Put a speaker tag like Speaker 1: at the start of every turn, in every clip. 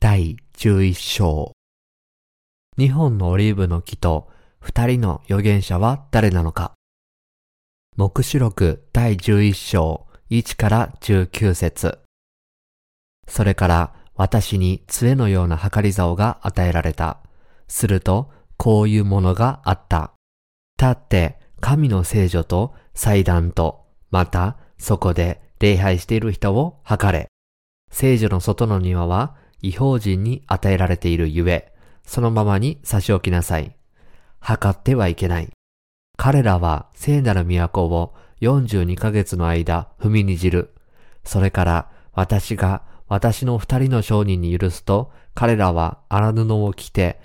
Speaker 1: 第11章。2本のオリーブの木と2人の預言者は誰なのか。黙示録第11章1から19節。それから私に杖のような計り竿が与えられた。するとこういうものがあった。立って神の聖所と祭壇と、またそこで礼拝している人を測れ。聖所の外の庭は異邦人に与えられているゆえ、そのままに差し置きなさい。測ってはいけない。彼らは聖なる都を42ヶ月の間踏みにじる。それから私が私の2人の証人に許すと、彼らは荒布を着て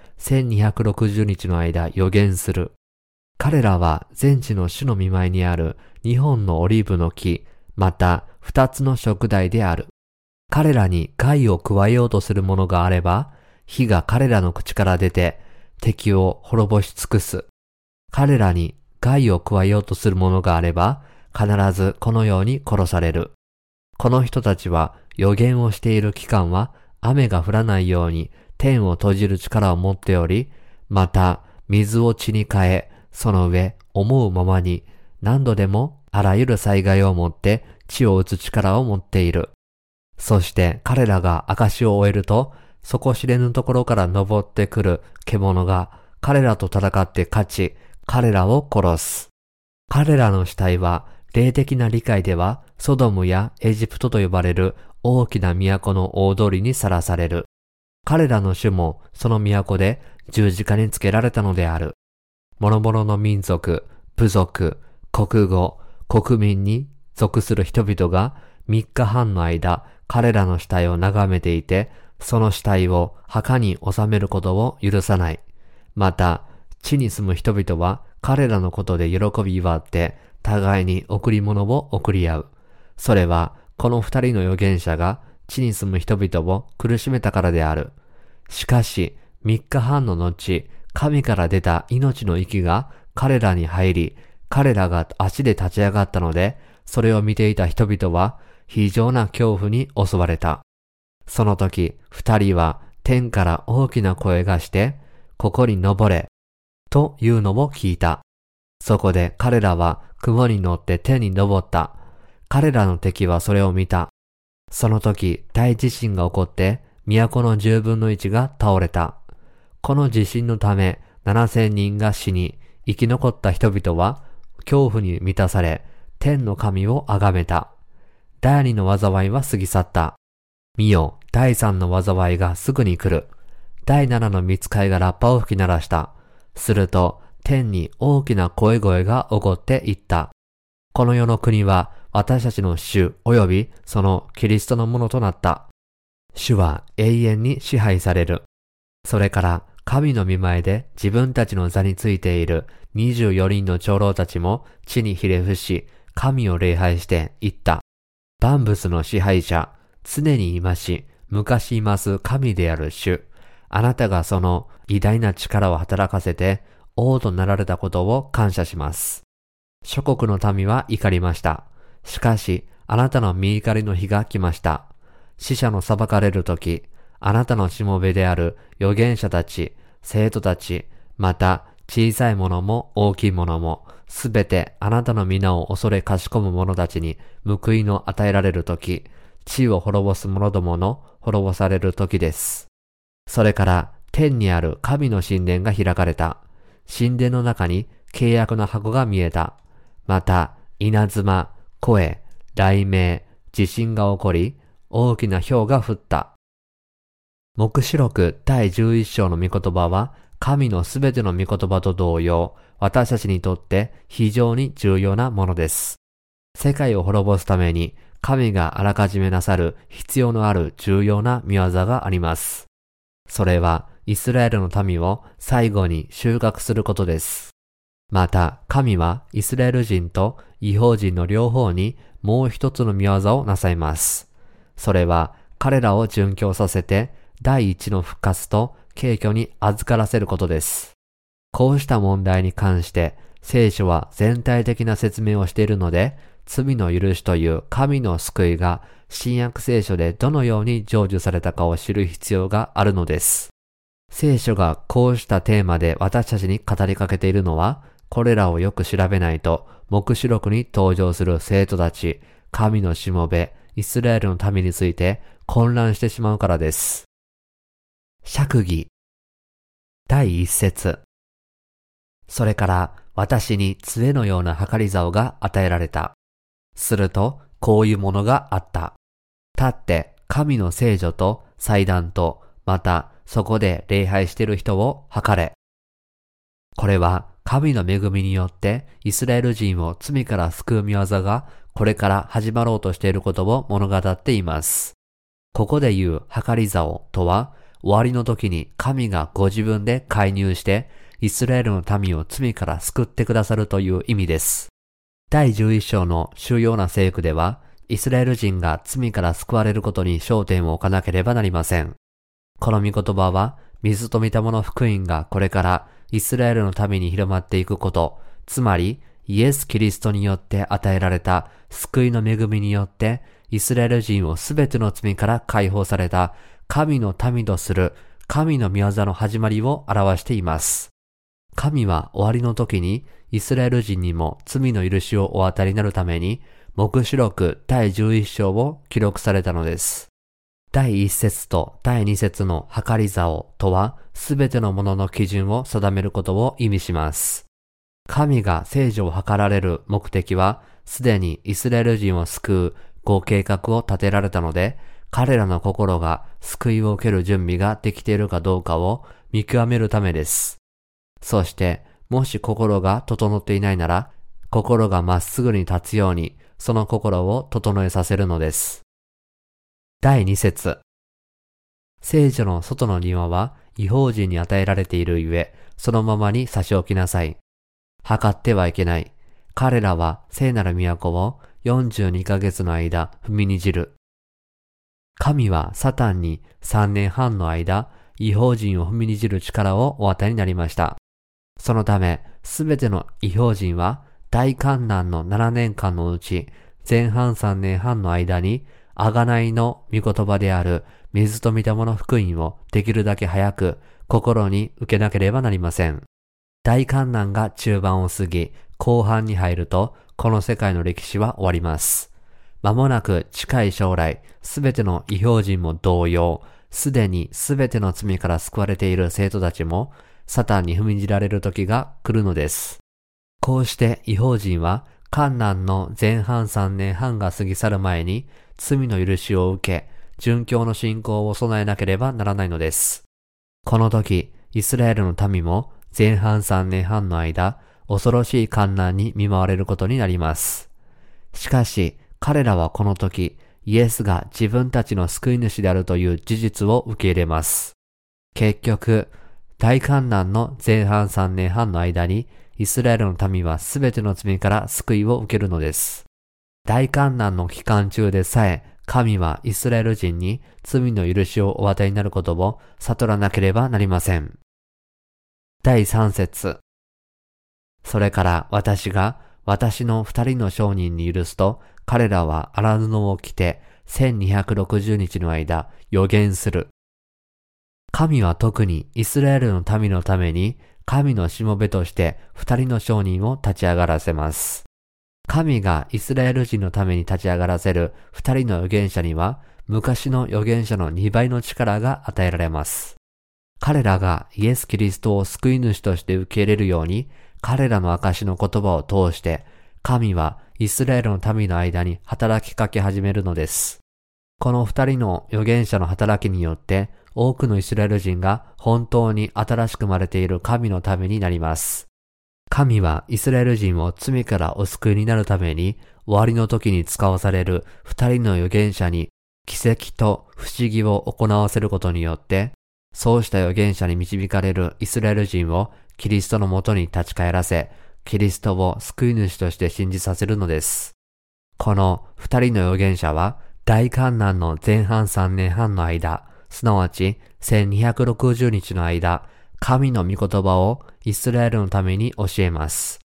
Speaker 1: 1260日の間預言する。彼らは全地の主の御前にある2本のオリーブの木、また2つの燭台である。彼らに害を加えようとするものがあれば、火が彼らの口から出て敵を滅ぼし尽くす。彼らに害を加えようとするものがあれば、必ずこのように殺される。この人たちは預言をしている期間は雨が降らないように天を閉じる力を持っており、また水を血に変え、その上思うままに何度でもあらゆる災害をもって地を打つ力を持っている。そして彼らが証を終えると、底知れぬところから登ってくる獣が彼らと戦って勝ち、彼らを殺す。彼らの死体は霊的な理解ではソドムやエジプトと呼ばれる大きな都の大通りにさらされる。彼らの主もその都で十字架につけられたのである。諸々の民族、部族、国語、国民に属する人々が3日半の間、彼らの死体を眺めていて、その死体を墓に収めることを許さない。また、地に住む人々は彼らのことで喜び祝って、互いに贈り物を贈り合う。それは、この2人の預言者が地に住む人々を苦しめたからである。しかし、3日半の後、神から出た命の息が彼らに入り、彼らが足で立ち上がったので、それを見ていた人々は非常な恐怖に襲われた。その時、2人は天から大きな声がして、ここに登れ、というのを聞いた。そこで彼らは雲に乗って天に登った。彼らの敵はそれを見た。その時、大地震が起こって、都の10分の1が倒れた。この地震のため、7000人が死に、生き残った人々は恐怖に満たされ、天の神を崇めた。第2の災いは過ぎ去った。見よ、第3の災いがすぐに来る。第7の御使いがラッパを吹き鳴らした。すると、天に大きな声が起こっていった。この世の国は私たちの主及びそのキリストのものとなった。主は永遠に支配される。それから神の御前で自分たちの座についている24人の長老たちも地にひれ伏し、神を礼拝して言った。万物の支配者、常にいまし、昔います神である主。あなたがその偉大な力を働かせて王となられたことを感謝します。諸国の民は怒りました。しかし、あなたの御怒りの日が来ました。死者の裁かれるとき、あなたのしもべである預言者たち、生徒たち、また小さいものも大きいものも、すべてあなたの皆を恐れかしこむ者たちに報いの与えられるとき、地を滅ぼす者どもの滅ぼされるときです。それから天にある神の神殿が開かれた。神殿の中に契約の箱が見えた。また、稲妻、声、雷鳴、地震が起こり、大きな雹が降った。黙示録第11章の御言葉は、神のすべての御言葉と同様、私たちにとって非常に重要なものです。世界を滅ぼすために、神があらかじめなさる必要のある重要な御業があります。それは、イスラエルの民を最後に収穫することです。また、神はイスラエル人と異邦人の両方にもう一つの御業をなさいます。それは、彼らを殉教させて、第一の復活と敬虚に預からせることです。こうした問題に関して、聖書は全体的な説明をしているので、 罪の許しという神の救いが新約聖書でどのように成就されたかを知る必要があるのです。聖書がこうしたテーマで私たちに語りかけているのは、これらをよく調べないと、黙示録に登場する生徒たち、神のしもべ、イスラエルの民について混乱してしまうからです。釈義第一節。それから私に杖のような計り竿が与えられた。するとこういうものがあった。立って神の聖所と祭壇と、またそこで礼拝している人を測れ。これは神の恵みによってイスラエル人を罪から救う御業がこれから始まろうとしていることを物語っています。ここで言う計り竿とは、終わりの時に神がご自分で介入してイスラエルの民を罪から救ってくださるという意味です。第11章の主要な聖句では、イスラエル人が罪から救われることに焦点を置かなければなりません。この御言葉は、水と御霊の福音がこれからイスラエルの民に広まっていくこと、つまりイエス・キリストによって与えられた救いの恵みによってイスラエル人をすべての罪から解放された神の民とする神の御業の始まりを表しています。神は終わりの時にイスラエル人にも罪の許しをお与えになるために黙示録第11章を記録されたのです。第1節と第2節の計り竿とはすべてのものの基準を定めることを意味します。神が聖所を図られる目的はすでにイスラエル人を救うご計画を立てられたので、彼らの心が救いを受ける準備ができているかどうかを見極めるためです。そして、もし心が整っていないなら、心がまっすぐに立つように、その心を整えさせるのです。第2節。聖女の外の庭は異邦人に与えられているゆえ、そのままに差し置きなさい。測ってはいけない。彼らは聖なる都を42ヶ月の間踏みにじる。神はサタンに3年半の間、異邦人を踏みにじる力をお与えになりました。そのため、すべての異邦人は大観難の7年間のうち、前半3年半の間に、贖いの御言葉である水と御霊の福音をできるだけ早く心に受けなければなりません。大観難が中盤を過ぎ、後半に入ると、この世界の歴史は終わります。間もなく近い将来、すべての異邦人も同様、すでにすべての罪から救われている生徒たちも、サタンに踏みにじられる時が来るのです。こうして異邦人は、観難の前半3年半が過ぎ去る前に、罪の許しを受け、殉教の信仰を備えなければならないのです。この時、イスラエルの民も前半3年半の間、恐ろしい観難に見舞われることになります。しかし、彼らはこの時、イエスが自分たちの救い主であるという事実を受け入れます。結局、大観難の前半3年半の間に、イスラエルの民はすべての罪から救いを受けるのです。大観難の期間中でさえ、神はイスラエル人に罪の許しをお与えになることを悟らなければなりません。第3節。それから私が私の2人の商人に許すと、彼らは荒布を着て1260日の間預言する。神は特にイスラエルの民のために神のしもべとして2人の商人を立ち上がらせます。神がイスラエル人のために立ち上がらせる2人の預言者には昔の預言者の2倍の力が与えられます。彼らがイエス・キリストを救い主として受け入れるように、彼らの証の言葉を通して、神はイスラエルの民の間に働きかけ始めるのです。この2人の預言者の働きによって、多くのイスラエル人が本当に新しく生まれている神のためになります。神はイスラエル人を罪からお救いになるために、終わりの時に使わされる2人の預言者に奇跡と不思議を行わせることによって、そうした預言者に導かれるイスラエル人をキリストのもとに立ち返らせ、キリストを救い主として信じさせるのです。この2人の預言者は、大観難の前半3年半の間、すなわち1260日の間、神の御言葉をイスラエルのために教えます。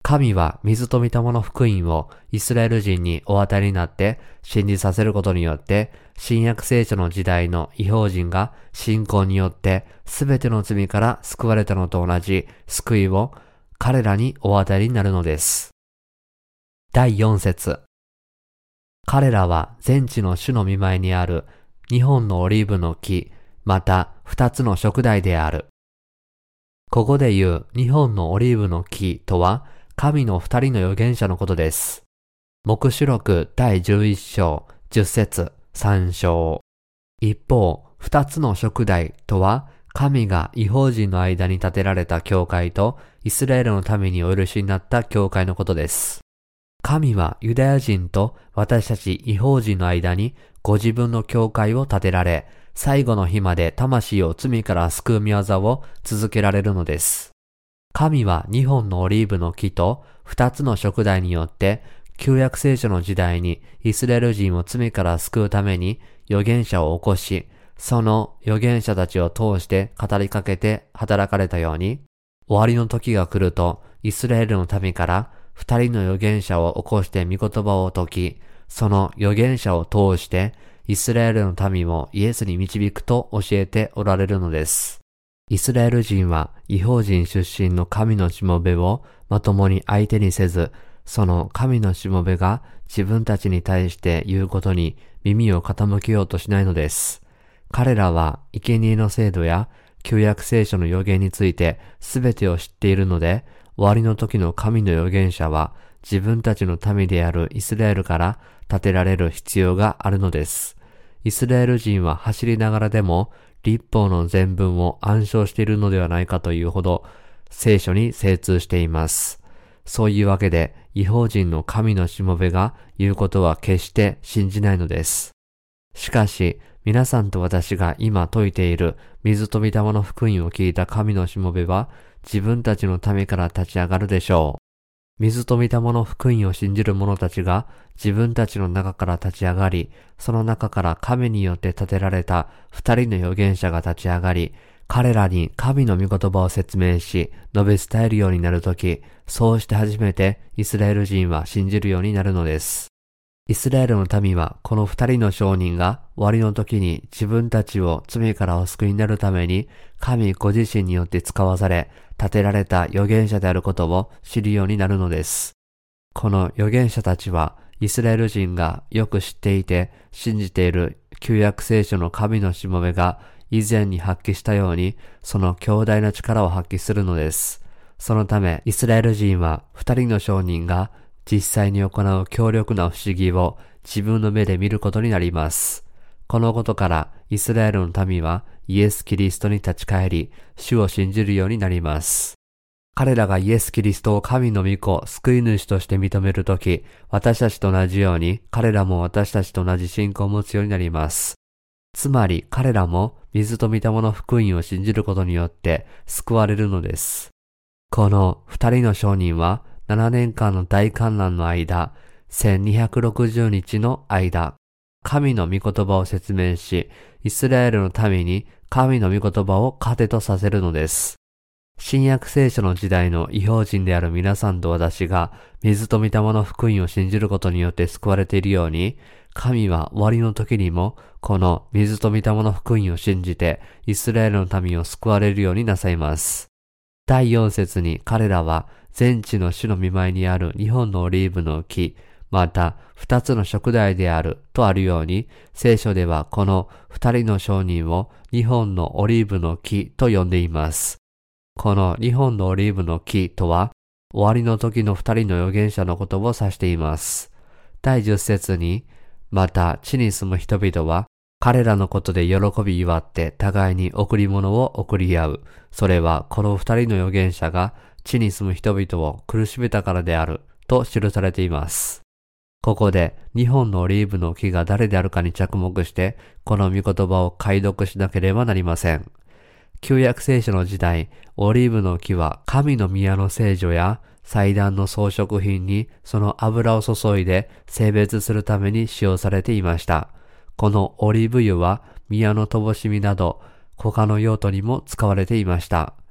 Speaker 1: 神は水と御霊の福音をイスラエル人にお与えになって信じさせることによって、新約聖書の時代の異邦人が信仰によってすべての罪から救われたのと同じ救いを彼らにお与えになるのです。第4節。彼らは全地の主の御前にある2本のオリーブの木、また2つの燭台である。ここで言う2本のオリーブの木とは、神の2人の預言者のことです。黙示録第11章10節3章。一方、2つの燭台とは、神が異邦人の間に建てられた教会とイスラエルの民にお許しになった教会のことです。神はユダヤ人と私たち異邦人の間にご自分の教会を建てられ、最後の日まで魂を罪から救う御業を続けられるのです。神は2本のオリーブの木と2つの燭台によって旧約聖書の時代にイスラエル人を罪から救うために預言者を起こし、その預言者たちを通して語りかけて働かれたように、終わりの時が来るとイスラエルの民から2人の預言者を起こして御言葉を説き、その預言者を通してイスラエルの民をイエスに導くと教えておられるのです。イスラエル人は異邦人出身の神のしもべをまともに相手にせず、その神のしもべが自分たちに対して言うことに耳を傾けようとしないのです。彼らは生贄の制度や旧約聖書の預言についてすべてを知っているので、終わりの時の神の預言者は自分たちの民であるイスラエルから立てられる必要があるのです。イスラエル人は走りながらでも律法の全文を暗唱しているのではないかというほど聖書に精通しています。そういうわけで異邦人の神のしもべが言うことは決して信じないのです。しかし皆さんと私が今説いている水と御霊の福音を聞いた神のしもべは自分たちの民から立ち上がるでしょう。水と御霊の福音を信じる者たちが自分たちの中から立ち上がり、その中から神によって立てられた2人の預言者が立ち上がり、彼らに神の御言葉を説明し、述べ伝えるようになるとき、そうして初めてイスラエル人は信じるようになるのです。イスラエルの民はこの2人の証人が終わりの時に自分たちを罪からお救いになるために神ご自身によって使わされ、立てられた預言者であることを知るようになるのです。この預言者たちはイスラエル人がよく知っていて信じている旧約聖書の神のしもべが以前に発揮したようにその強大な力を発揮するのです。そのためイスラエル人は2人の証人が実際に行う強力な不思議を自分の目で見ることになります。このことからイスラエルの民はイエス・キリストに立ち返り、主を信じるようになります。彼らがイエス・キリストを神の御子、救い主として認めるとき、私たちと同じように彼らも私たちと同じ信仰を持つようになります。つまり彼らも水と御霊の福音を信じることによって救われるのです。この2人の証人は7年間の大観覧の間、1260日の間、神の御言葉を説明し、イスラエルの民に神の御言葉を糧とさせるのです。新約聖書の時代の異邦人である皆さんと私が水と御霊の福音を信じることによって救われているように、神は終わりの時にもこの水と御霊の福音を信じてイスラエルの民を救われるようになさいます。第4節に彼らは全地の主の御前にある2本のオリーブの木、また2つの燭台であるとあるように、聖書ではこの2人の証人を2本のオリーブの木と呼んでいます。この2本のオリーブの木とは、終わりの時の2人の預言者のことを指しています。第10節に、また地に住む人々は、彼らのことで喜び祝って互いに贈り物を贈り合う。それはこの2人の預言者が地に住む人々を苦しめたからであると記されています。ここで2本のオリーブの木が誰であるかに着目して、この御言葉を解読しなければなりません。旧約聖書の時代、オリーブの木は神の宮の聖女や祭壇の装飾品にその油を注いで性別するために使用されていました。このオリーブ油は宮の灯火など他の用途にも使われていました。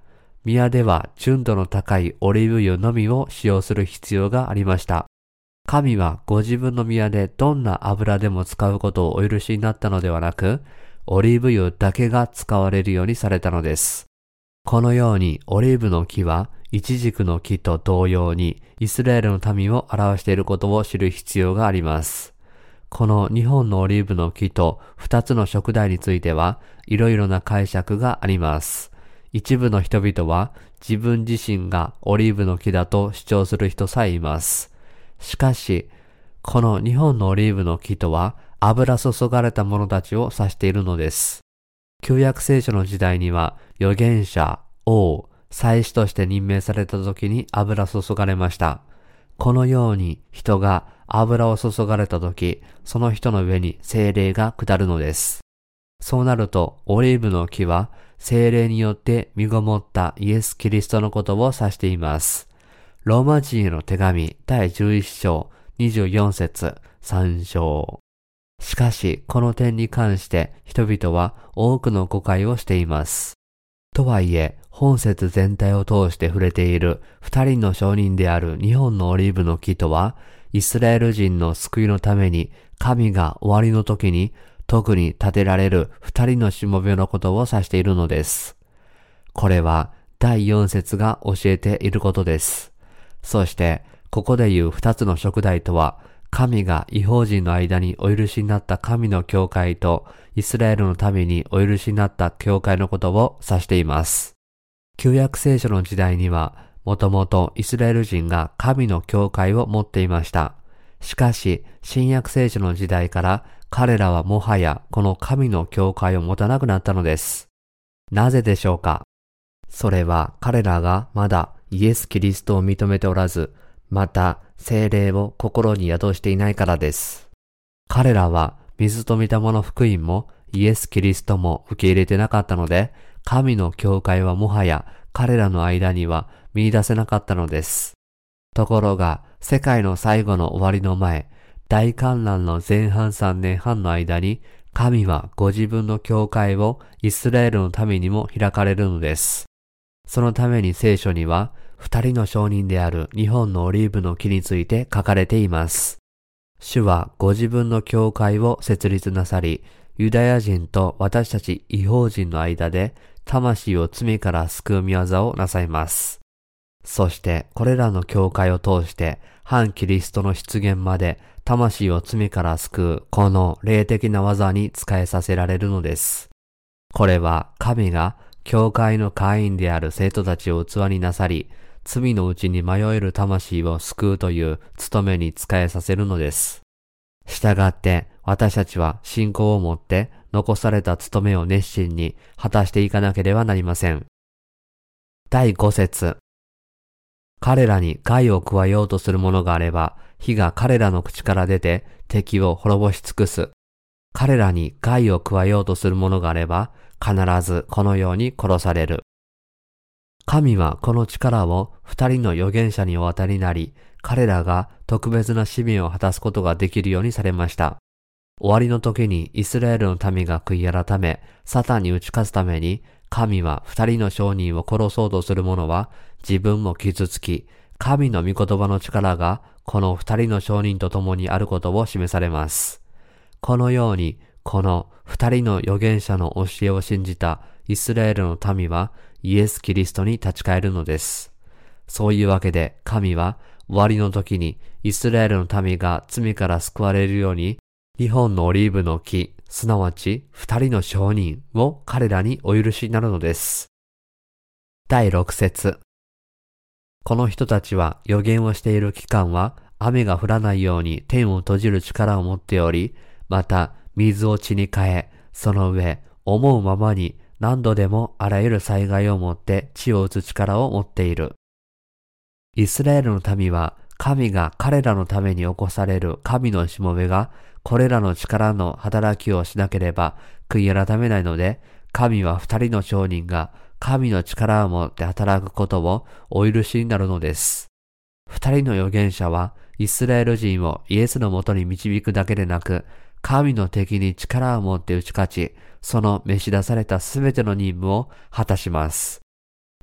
Speaker 1: 宮では純度の高いオリーブ油のみを使用する必要がありました。神はご自分の宮でどんな油でも使うことをお許しになったのではなく、オリーブ油だけが使われるようにされたのです。このようにオリーブの木はイチジクの木と同様にイスラエルの民を表していることを知る必要があります。この2本のオリーブの木と2つの食材についてはいろいろな解釈があります。一部の人々は自分自身がオリーブの木だと主張する人さえいます。しかし、この2本のオリーブの木とは油注がれた者たちを指しているのです。旧約聖書の時代には預言者、王、祭司として任命された時に油注がれました。このように人が油を注がれた時、その人の上に聖霊が下るのです。そうなると、オリーブの木は聖霊によって身ごもったイエス・キリストのことを指しています。ローマ人への手紙第11章24節3章。しかし、この点に関して人々は多くの誤解をしています。とはいえ、本節全体を通して触れている二人の証人である2本のオリーブの木とは、イスラエル人の救いのために神が終わりの時に特に立てられる二人のしもべのことを指しているのです。これは第4節が教えていることです。そして、ここで言う二つの食材とは、神が異邦人の間にお許しになった神の教会とイスラエルのためにお許しになった教会のことを指しています。旧約聖書の時代にはもともとイスラエル人が神の教会を持っていました。しかし新約聖書の時代から彼らはもはやこの神の教会を持たなくなったのです。なぜでしょうか？それは彼らがまだイエス・キリストを認めておらず、また聖霊を心に宿していないからです。彼らは水と御霊の福音もイエス・キリストも受け入れてなかったので、神の教会はもはや彼らの間には見出せなかったのです。ところが世界の最後の終わりの前、大観覧の前半3年半の間に神はご自分の教会をイスラエルのためにも開かれるのです。そのために聖書には二人の証人である2本のオリーブの木について書かれています。主はご自分の教会を設立なさり、ユダヤ人と私たち異邦人の間で魂を罪から救う御業をなさいます。そしてこれらの教会を通して反キリストの出現まで魂を罪から救うこの霊的な技に仕えさせられるのです。これは神が教会の会員である生徒たちを器になさり、罪のうちに迷える魂を救うという務めに仕えさせるのです。したがって私たちは信仰を持って残された務めを熱心に果たしていかなければなりません。第5節。彼らに害を加えようとする者があれば、火が彼らの口から出て敵を滅ぼし尽くす。彼らに害を加えようとする者があれば、必ずこのように殺される。神はこの力を二人の預言者にお与えになり、彼らが特別な使命を果たすことができるようにされました。終わりの時にイスラエルの民が悔い改め、サタンに打ち勝つために、神は二人の証人を殺そうとする者は自分も傷つき、神の御言葉の力がこの二人の証人と共にあることを示されます。このように、この二人の預言者の教えを信じたイスラエルの民はイエス・キリストに立ち返るのです。そういうわけで神は終わりの時にイスラエルの民が罪から救われるように2本のオリーブの木、すなわち二人の証人を彼らにお許しになるのです。第6節。この人たちは預言をしている期間は雨が降らないように天を閉じる力を持っており、また水を血に変え、その上思うままに何度でもあらゆる災害をもって地を打つ力を持っている。イスラエルの民は神が彼らのために起こされる神のしもべがこれらの力の働きをしなければ悔い改めないので、神は二人の証人が神の力を持って働くことをお許しになるのです。二人の預言者はイスラエル人をイエスのもとに導くだけでなく、神の敵に力を持って打ち勝ち、その召し出されたすべての任務を果たします。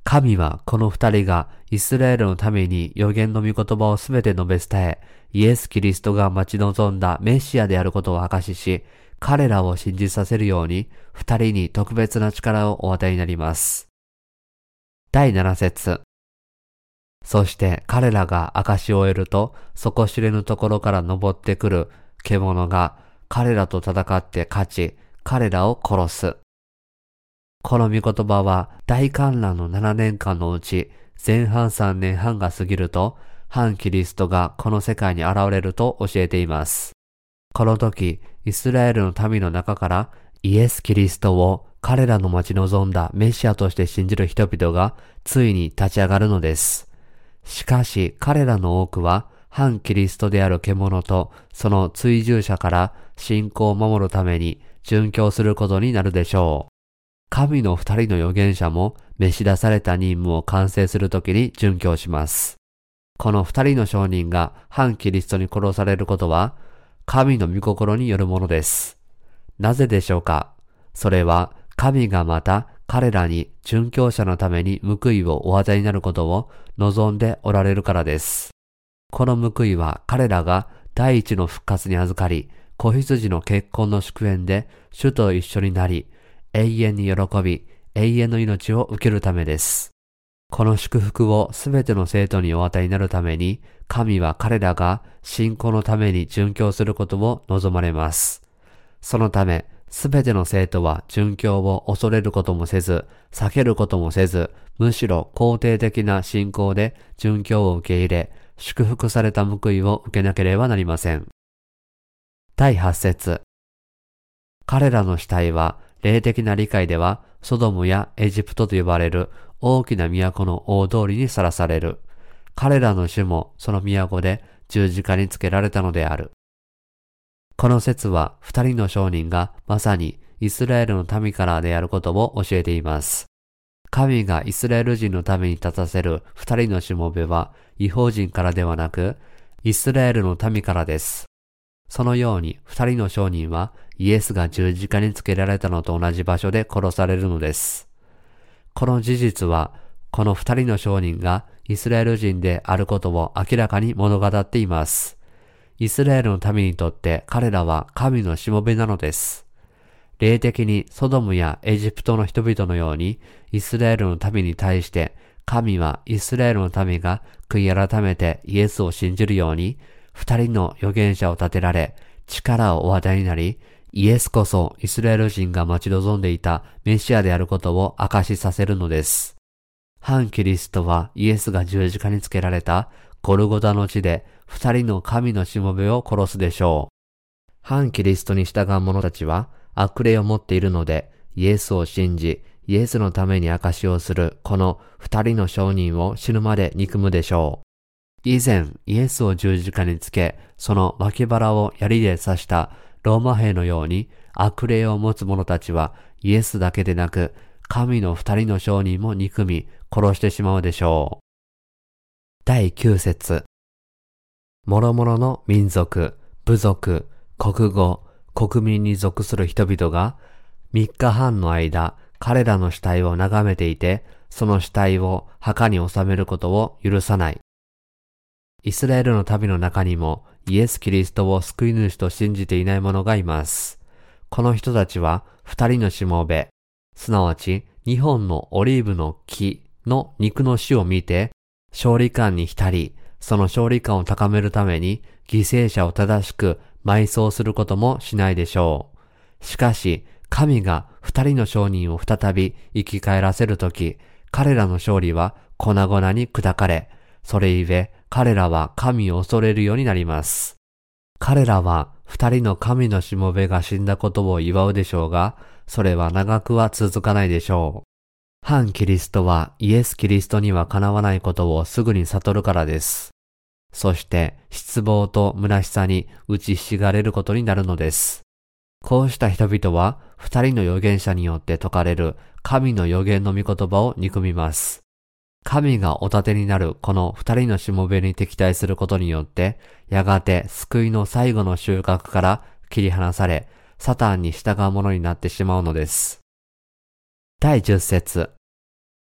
Speaker 1: 神はこの二人がイスラエルのために預言の御言葉をすべて述べ伝え、イエス・キリストが待ち望んだメシアであることを証しし、彼らを信じさせるように、二人に特別な力をお与えになります。第7節。そして彼らが証しを得ると、底知れぬところから登ってくる獣が彼らと戦って勝ち、彼らを殺す。この御言葉は大観覧の7年間のうち、前半3年半が過ぎると、反キリストがこの世界に現れると教えています。この時、イスラエルの民の中からイエス・キリストを彼らの待ち望んだメシアとして信じる人々がついに立ち上がるのです。しかし彼らの多くは反キリストである獣とその追従者から信仰を守るために殉教することになるでしょう。神の二人の預言者も召し出された任務を完成するときに殉教します。この二人の証人が反キリストに殺されることは神の御心によるものです。なぜでしょうか？それは神がまた彼らに殉教者のために報いをお与えになることを望んでおられるからです。この報いは彼らが第一の復活に預かり、子羊の結婚の祝宴で主と一緒になり、永遠に喜び、永遠の命を受けるためです。この祝福をすべての生徒にお与えになるために、神は彼らが信仰のために殉教することを望まれます。そのため、すべての生徒は殉教を恐れることもせず、避けることもせず、むしろ肯定的な信仰で殉教を受け入れ、祝福された報いを受けなければなりません。第8節。彼らの死体は、霊的な理解では、ソドムやエジプトと呼ばれる大きな都の大通りにさらされる。彼らの主もその都で十字架につけられたのである。この説は二人の証人がまさにイスラエルの民からであることを教えています。神がイスラエル人のために立たせる二人のしもべは異邦人からではなくイスラエルの民からです。そのように二人の証人はイエスが十字架につけられたのと同じ場所で殺されるのです。この事実はこの二人の証人がイスラエル人であることを明らかに物語っています。イスラエルの民にとって彼らは神のしもべなのです。霊的にソドムやエジプトの人々のようにイスラエルの民に対して神はイスラエルの民が悔い改めてイエスを信じるように二人の預言者を立てられ力をお与えになりイエスこそイスラエル人が待ち望んでいたメシアであることを証しさせるのです。反キリストはイエスが十字架につけられたゴルゴダの地で二人の神のしもべを殺すでしょう。反キリストに従う者たちは悪霊を持っているのでイエスを信じ、イエスのために証しをするこの二人の証人を死ぬまで憎むでしょう。以前イエスを十字架につけ、その脇腹を槍で刺したローマ兵のように悪霊を持つ者たちはイエスだけでなく神の二人の証人も憎み殺してしまうでしょう。第9節。諸々の民族、部族、国語、国民に属する人々が3日半の間彼らの死体を眺めていて、その死体を墓に収めることを許さない。イスラエルの民の中にもイエス・キリストを救い主と信じていない者がいます。この人たちは二人のしもべ、すなわち2本のオリーブの木の肉の死を見て、勝利感に浸り、その勝利感を高めるために犠牲者を正しく埋葬することもしないでしょう。しかし、神が二人の証人を再び生き返らせるとき、彼らの勝利は粉々に砕かれ、それゆえ彼らは神を恐れるようになります。彼らは二人の神のしもべが死んだことを祝うでしょうが、それは長くは続かないでしょう。反キリストはイエス・キリストにはかなわないことをすぐに悟るからです。そして失望と虚しさに打ちひしがれることになるのです。こうした人々は二人の預言者によって説かれる神の預言の御言葉を憎みます。神がお立てになるこの二人のしもべに敵対することによって、やがて救いの最後の収穫から切り離され、サタンに従うものになってしまうのです。第10節。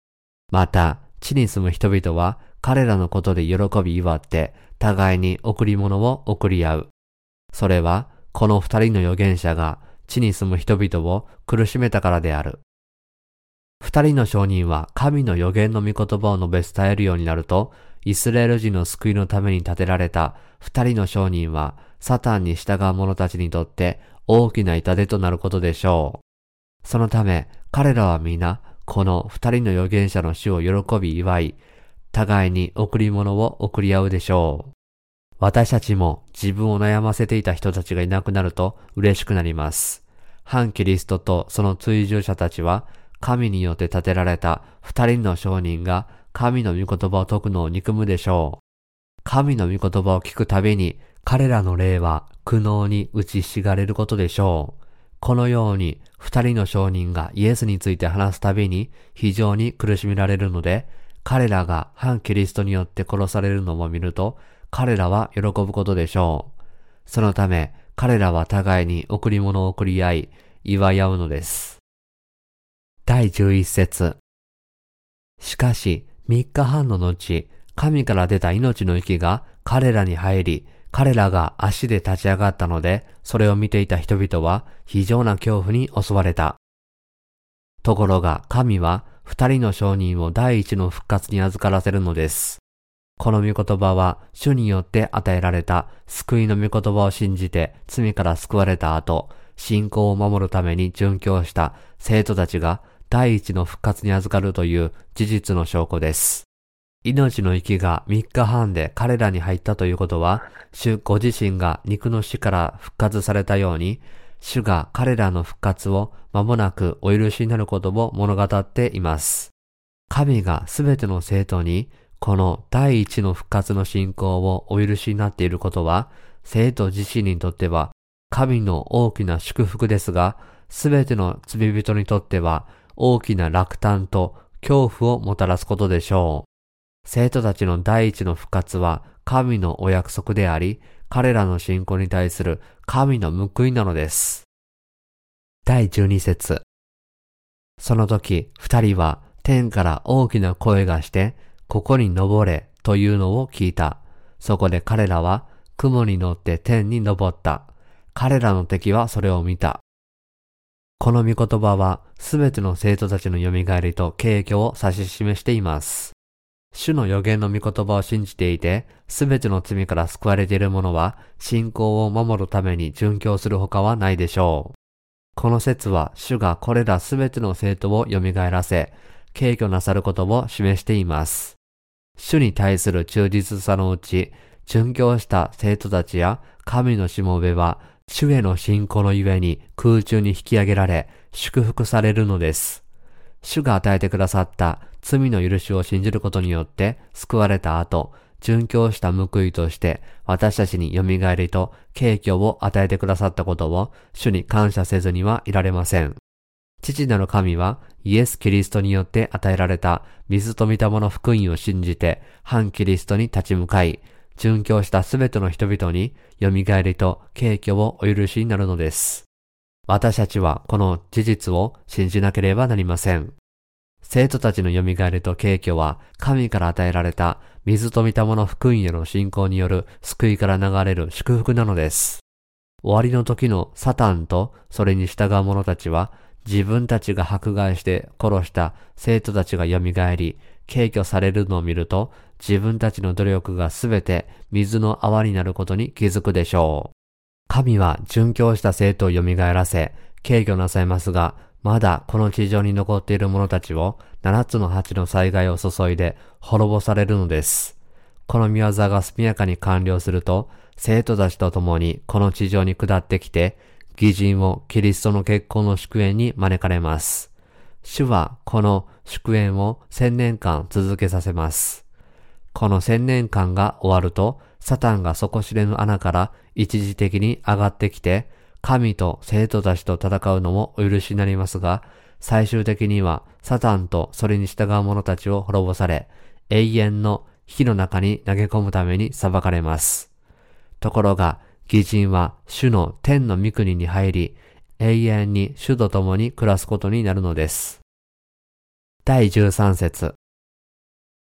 Speaker 1: また、地に住む人々は彼らのことで喜び祝って、互いに贈り物を贈り合う。それは、この二人の預言者が地に住む人々を苦しめたからである。二人の証人は神の預言の御言葉を述べ伝えるようになると、イスラエル人の救いのために立てられた二人の証人は、サタンに従う者たちにとって大きな痛手となることでしょう。そのため、彼らは皆、この二人の預言者の死を喜び祝い、互いに贈り物を贈り合うでしょう。私たちも自分を悩ませていた人たちがいなくなると嬉しくなります。反キリストとその追従者たちは、神によって立てられた二人の証人が神の御言葉を説くのを憎むでしょう。神の御言葉を聞くたびに彼らの霊は苦悩に打ちひしがれることでしょう。このように二人の証人がイエスについて話すたびに非常に苦しめられるので、彼らが反キリストによって殺されるのを見ると彼らは喜ぶことでしょう。そのため彼らは互いに贈り物を贈り合い祝い合うのです。第11節。しかし3日半の後、神から出た命の息が彼らに入り、彼らが足で立ち上がったので、それを見ていた人々は非常な恐怖に襲われた。ところが神は二人の証人を第一の復活に預からせるのです。この御言葉は主によって与えられた救いの御言葉を信じて罪から救われた後、信仰を守るために殉教した生徒たちが第一の復活に預かるという事実の証拠です。命の息が3日半で彼らに入ったということは、主ご自身が肉の死から復活されたように、主が彼らの復活を間もなくお許しになることを物語っています。神がすべての生徒にこの第一の復活の信仰をお許しになっていることは、生徒自身にとっては神の大きな祝福ですが、すべての罪人にとっては大きな落胆と恐怖をもたらすことでしょう。生徒たちの第一の復活は神のお約束であり、彼らの信仰に対する神の報いなのです。第12節。その時、二人は天から大きな声がして、ここに登れというのを聞いた。そこで彼らは雲に乗って天に登った。彼らの敵はそれを見た。この御言葉はすべての生徒たちの蘇りと景挙を指し示しています。主の預言の御言葉を信じていて、すべての罪から救われている者は、信仰を守るために殉教するほかはないでしょう。この説は、主がこれらすべての生徒を蘇らせ、敬挙なさることを示しています。主に対する忠実さのうち、殉教した生徒たちや神のしもべは、主への信仰のゆえに空中に引き上げられ、祝福されるのです。主が与えてくださった罪の許しを信じることによって救われた後、殉教した報いとして私たちに蘇りと景挙を与えてくださったことを主に感謝せずにはいられません。父なる神はイエス・キリストによって与えられた水と御霊の福音を信じて反キリストに立ち向かい、殉教したすべての人々に蘇りと景挙をお許しになるのです。私たちはこの事実を信じなければなりません。生徒たちの蘇りと景挙は神から与えられた水と御霊の福音への信仰による救いから流れる祝福なのです。終わりの時のサタンとそれに従う者たちは自分たちが迫害して殺した生徒たちが蘇り、景挙されるのを見ると自分たちの努力がすべて水の泡になることに気づくでしょう。神は殉教した生徒を蘇らせ、景挙なさいますが、まだこの地上に残っている者たちを7つの鉢の災害を注いで滅ぼされるのです。この御業が速やかに完了すると、生徒たちと共にこの地上に下ってきて、義人をキリストの結婚の祝宴に招かれます。主はこの祝宴を1000年間続けさせます。この1000年間が終わると、サタンが底知れぬ穴から一時的に上がってきて、神と生徒たちと戦うのもお許しになりますが、最終的にはサタンとそれに従う者たちを滅ぼされ、永遠の火の中に投げ込むために裁かれます。ところが、義人は主の天の御国に入り、永遠に主と共に暮らすことになるのです。第13節。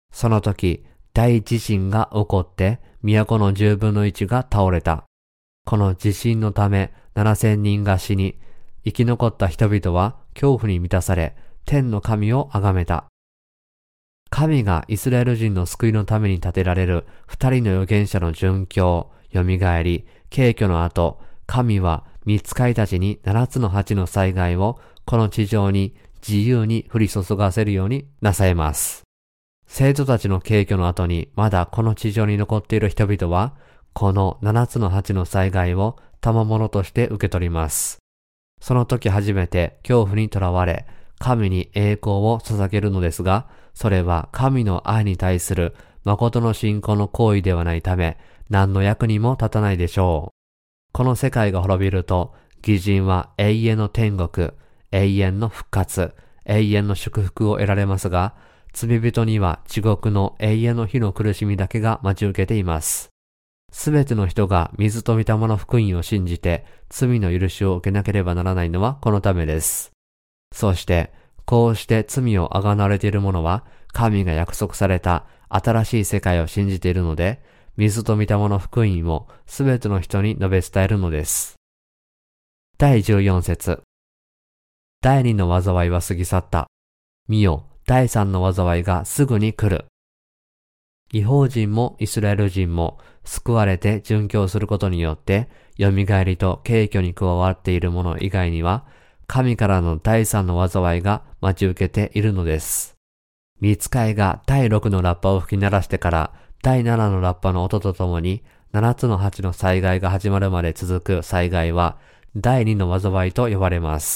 Speaker 1: その時、大地震が起こって、都の10分の1が倒れた。この地震のため7000人が死に、生き残った人々は恐怖に満たされ、天の神を崇めた。神がイスラエル人の救いのために立てられる2人の預言者の殉教、蘇り、敬虚の後、神は御使いたちに7つの8の災害をこの地上に自由に降り注がせるようになさいます。生徒たちの敬虚の後にまだこの地上に残っている人々は、この7つの8の災害を賜物として受け取ります。その時初めて恐怖にとらわれ、神に栄光を捧げるのですが、それは神の愛に対する誠の信仰の行為ではないため、何の役にも立たないでしょう。この世界が滅びると、義人は永遠の天国、永遠の復活、永遠の祝福を得られますが、罪人には地獄の永遠の火の苦しみだけが待ち受けています。すべての人が水と御霊の福音を信じて罪の許しを受けなければならないのはこのためです。そして、こうして罪をあがなわれている者は、神が約束された新しい世界を信じているので、水と御霊の福音をすべての人に述べ伝えるのです。第14節。第2の災いは過ぎ去った。見よ、第3の災いがすぐに来る。異邦人もイスラエル人も救われて殉教することによって、蘇りと敬虚に加わっている者以外には、神からの第3の災いが待ち受けているのです。御使いが第6のラッパを吹き鳴らしてから第7のラッパの音とともに7つの8の災害が始まるまで続く災害は第2の災いと呼ばれます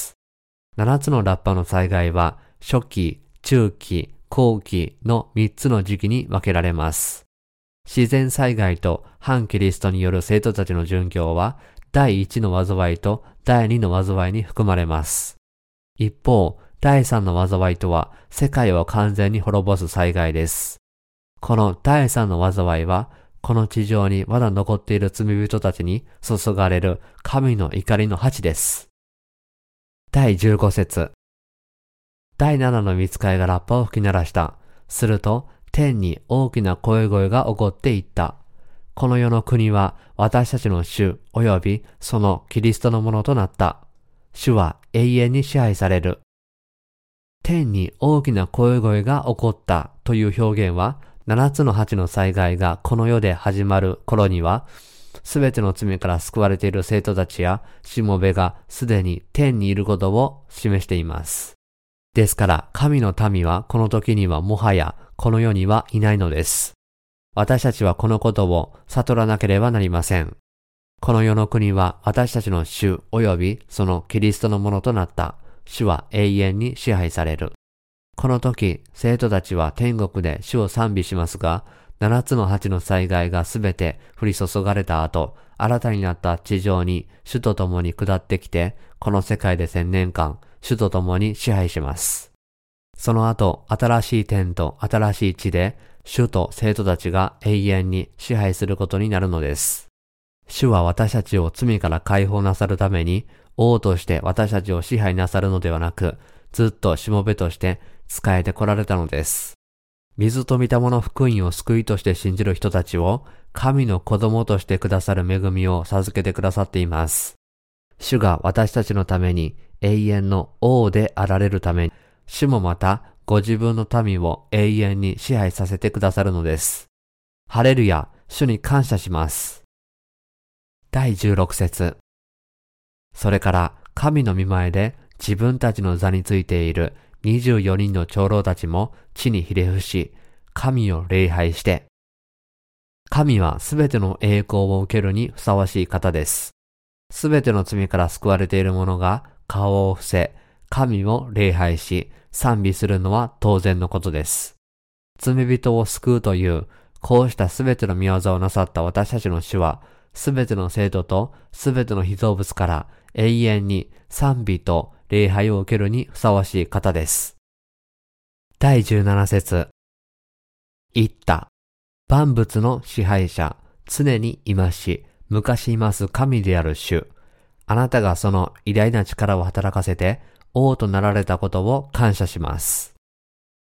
Speaker 1: 。7つのラッパの災害は初期、中期、後期の3つの時期に分けられます。自然災害と反キリストによる生徒たちの殉教は第1の災いと第2の災いに含まれます。一方、第3の災いとは世界を完全に滅ぼす災害です。この第3の災いは、この地上にまだ残っている罪人たちに注がれる神の怒りの鉢です。第15節。第7の御使いがラッパを吹き鳴らした。すると、天に大きな声が起こっていった。この世の国は私たちの主及びそのキリストのものとなった。主は永遠に支配される。天に大きな声が起こったという表現は、7つの8の災害がこの世で始まる頃には、すべての罪から救われている生徒たちやしもべがすでに天にいることを示しています。ですから、神の民はこの時にはもはやこの世にはいないのです。私たちはこのことを悟らなければなりません。この世の国は私たちの主及びそのキリストのものとなった。主は永遠に支配される。この時、生徒たちは天国で主を賛美しますが、7つの8の災害がすべて降り注がれた後、新たになった地上に主と共に下ってきて、この世界で1000年間、主と共に支配します。その後、新しい天と新しい地で、主と生徒たちが永遠に支配することになるのです。主は私たちを罪から解放なさるために、王として私たちを支配なさるのではなく、ずっとしもべとして仕えてこられたのです。水と御霊の福音を救いとして信じる人たちを、神の子供としてくださる恵みを授けてくださっています。主が私たちのために永遠の王であられるために、主もまたご自分の民を永遠に支配させてくださるのです。ハレルヤ、主に感謝します。第16節。それから神の御前で自分たちの座についている24人の長老たちも地にひれ伏し、神を礼拝して、神はすべての栄光を受けるにふさわしい方です。すべての罪から救われている者が顔を伏せ、神を礼拝し、賛美するのは当然のことです。罪人を救うという、こうしたすべての御業をなさった私たちの主は、すべての生徒とすべての被造物から永遠に賛美と礼拝を受けるにふさわしい方です。第17節。言った。万物の支配者、常にいますし、昔います神である主。あなたがその偉大な力を働かせて、王となられたことを感謝します。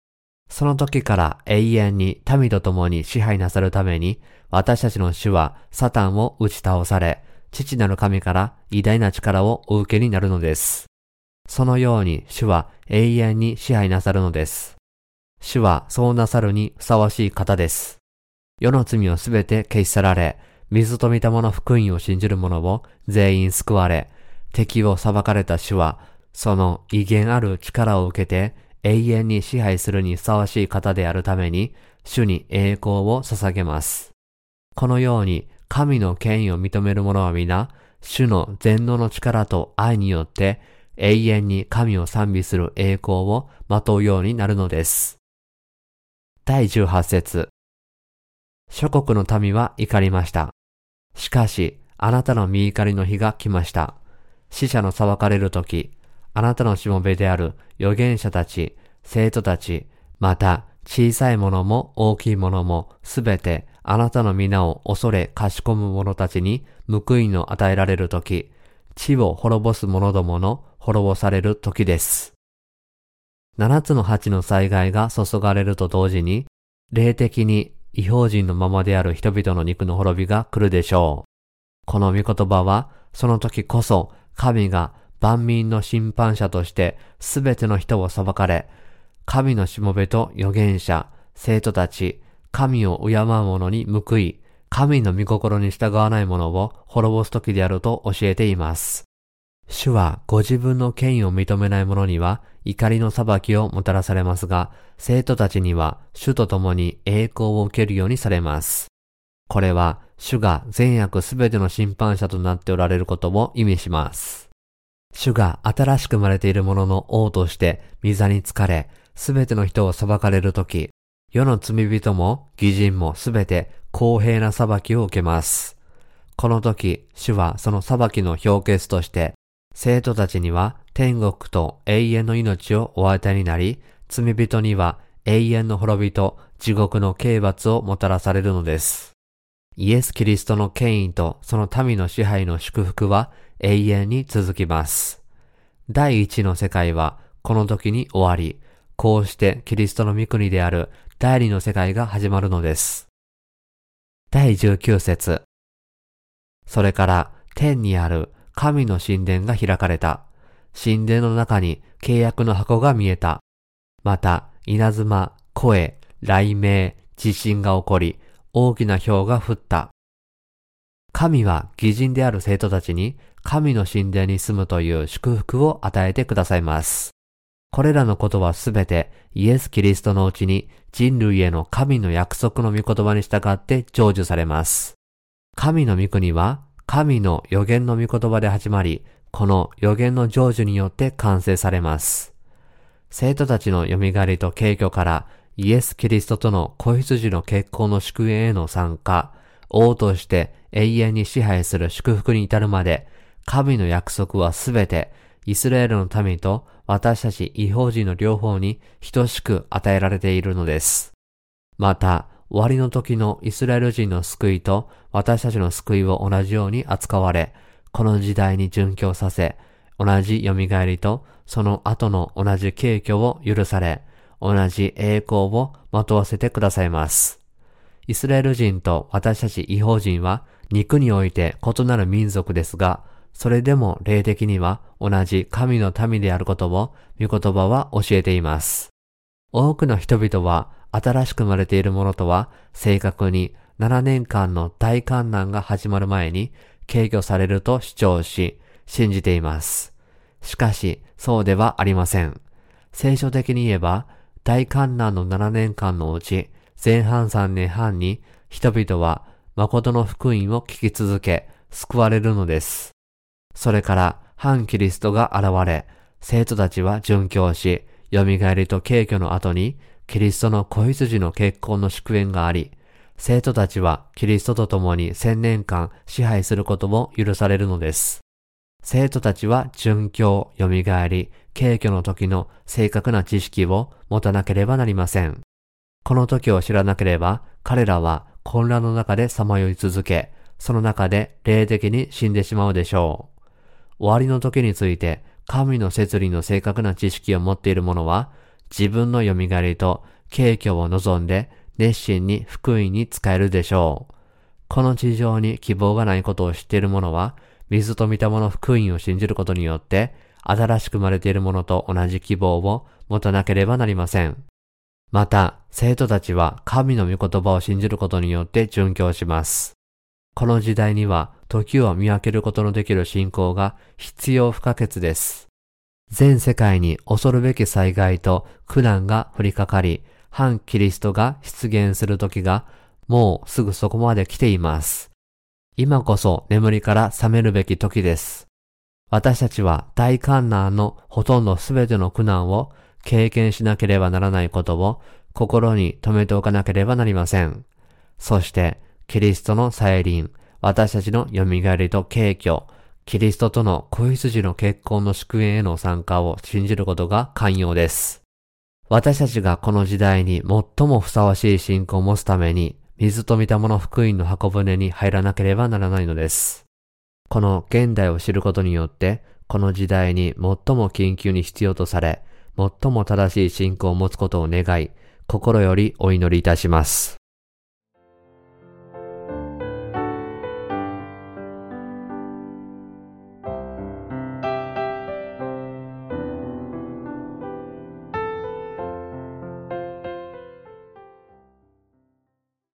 Speaker 1: その時から永遠に民と共に支配なさるために、私たちの主はサタンを打ち倒され、父なる神から偉大な力をお受けになるのです。そのように主は永遠に支配なさるのです。主はそうなさるにふさわしい方です。世の罪をすべて消し去られ、水と御霊の福音を信じる者を全員救われ、敵を裁かれた主は、その威厳ある力を受けて永遠に支配するにふさわしい方であるために、主に栄光を捧げます。このように神の権威を認める者は皆、主の全能の力と愛によって永遠に神を賛美する栄光をまとうようになるのです。第18節。諸国の民は怒りました。しかし、あなたの御怒りの日が来ました。死者の裁かれるとき、あなたのしもべである預言者たち、生徒たち、また小さいものも大きいものもすべてあなたの皆を恐れかしこむ者たちに報いの与えられるとき、地を滅ぼす者どもの滅ぼされるときです。七つの鉢の災害が注がれると同時に、霊的に異邦人のままである人々の肉の滅びが来るでしょう。この御言葉は、その時こそ神が万民の審判者としてすべての人を裁かれ、神のしもべと預言者、生徒たち、神を敬う者に報い、神の御心に従わない者を滅ぼす時であると教えています。主はご自分の権威を認めない者には怒りの裁きをもたらされますが、生徒たちには主と共に栄光を受けるようにされます。これは主が善悪すべての審判者となっておられることを意味します。主が新しく生まれている者の王として御座につかれ、すべての人を裁かれるとき、世の罪人も義人もすべて公平な裁きを受けます。この時、主はその裁きの評決として、生徒たちには天国と永遠の命をお与えになり、罪人には永遠の滅びと地獄の刑罰をもたらされるのです。イエス・キリストの権威とその民の支配の祝福は永遠に続きます。第一の世界はこの時に終わり、こうしてキリストの御国である第二の世界が始まるのです。第19節。それから天にある神の神殿が開かれた。神殿の中に契約の箱が見えた。また、稲妻、声、雷鳴、地震が起こり、大きな雹が降った。神は義人である生徒たちに神の神殿に住むという祝福を与えてくださいます。これらのことはすべてイエス・キリストのうちに人類への神の約束の御言葉に従って成就されます。神の御国は神の預言の御言葉で始まり、この預言の成就によって完成されます。生徒たちの蘇りと敬虚からイエス・キリストとの子羊の結婚の祝宴への参加、王として永遠に支配する祝福に至るまで、神の約束はすべてイスラエルの民と私たち異邦人の両方に等しく与えられているのです。また、終わりの時のイスラエル人の救いと私たちの救いを同じように扱われ、この時代に殉教させ、同じ蘇りとその後の同じ敬虚を許され、同じ栄光をまとわせてくださいます。イスラエル人と私たち異邦人は肉において異なる民族ですが、それでも霊的には同じ神の民であることを御言葉は教えています。多くの人々は新しく生まれているものとは正確に7年間の大観難が始まる前に敬虚されると主張し、信じています。しかし、そうではありません。聖書的に言えば、大観難の7年間のうち、前半3年半に人々は誠の福音を聞き続け、救われるのです。それから反キリストが現れ、生徒たちは殉教し、蘇りと敬虚の後に、キリストの子羊の結婚の祝宴があり、生徒たちはキリストと共に1000年間支配することを許されるのです。生徒たちは殉教、蘇り、敬虚の時の正確な知識を持たなければなりません。この時を知らなければ、彼らは混乱の中でさまよい続け、その中で霊的に死んでしまうでしょう。終わりの時について、神の摂理の正確な知識を持っている者は、自分の蘇りと敬虚を望んで熱心に福音に仕えるでしょう。この地上に希望がないことを知っている者は、水と御霊の福音を信じることによって、新しく生まれている者と同じ希望を持たなければなりません。また、生徒たちは神の御言葉を信じることによって殉教します。この時代には、時を見分けることのできる信仰が必要不可欠です。全世界に恐るべき災害と苦難が降りかかり、反キリストが出現する時がもうすぐそこまで来ています。今こそ眠りから覚めるべき時です。私たちは大患難のほとんどすべての苦難を経験しなければならないことを心に留めておかなければなりません。そしてキリストの再臨、私たちの蘇りと敬虚、キリストとの子羊の結婚の祝宴への参加を信じることが肝要です。私たちがこの時代に最もふさわしい信仰を持つために、水と御霊の福音の箱舟に入らなければならないのです。この現代を知ることによって、この時代に最も緊急に必要とされ、最も正しい信仰を持つことを願い、心よりお祈りいたします。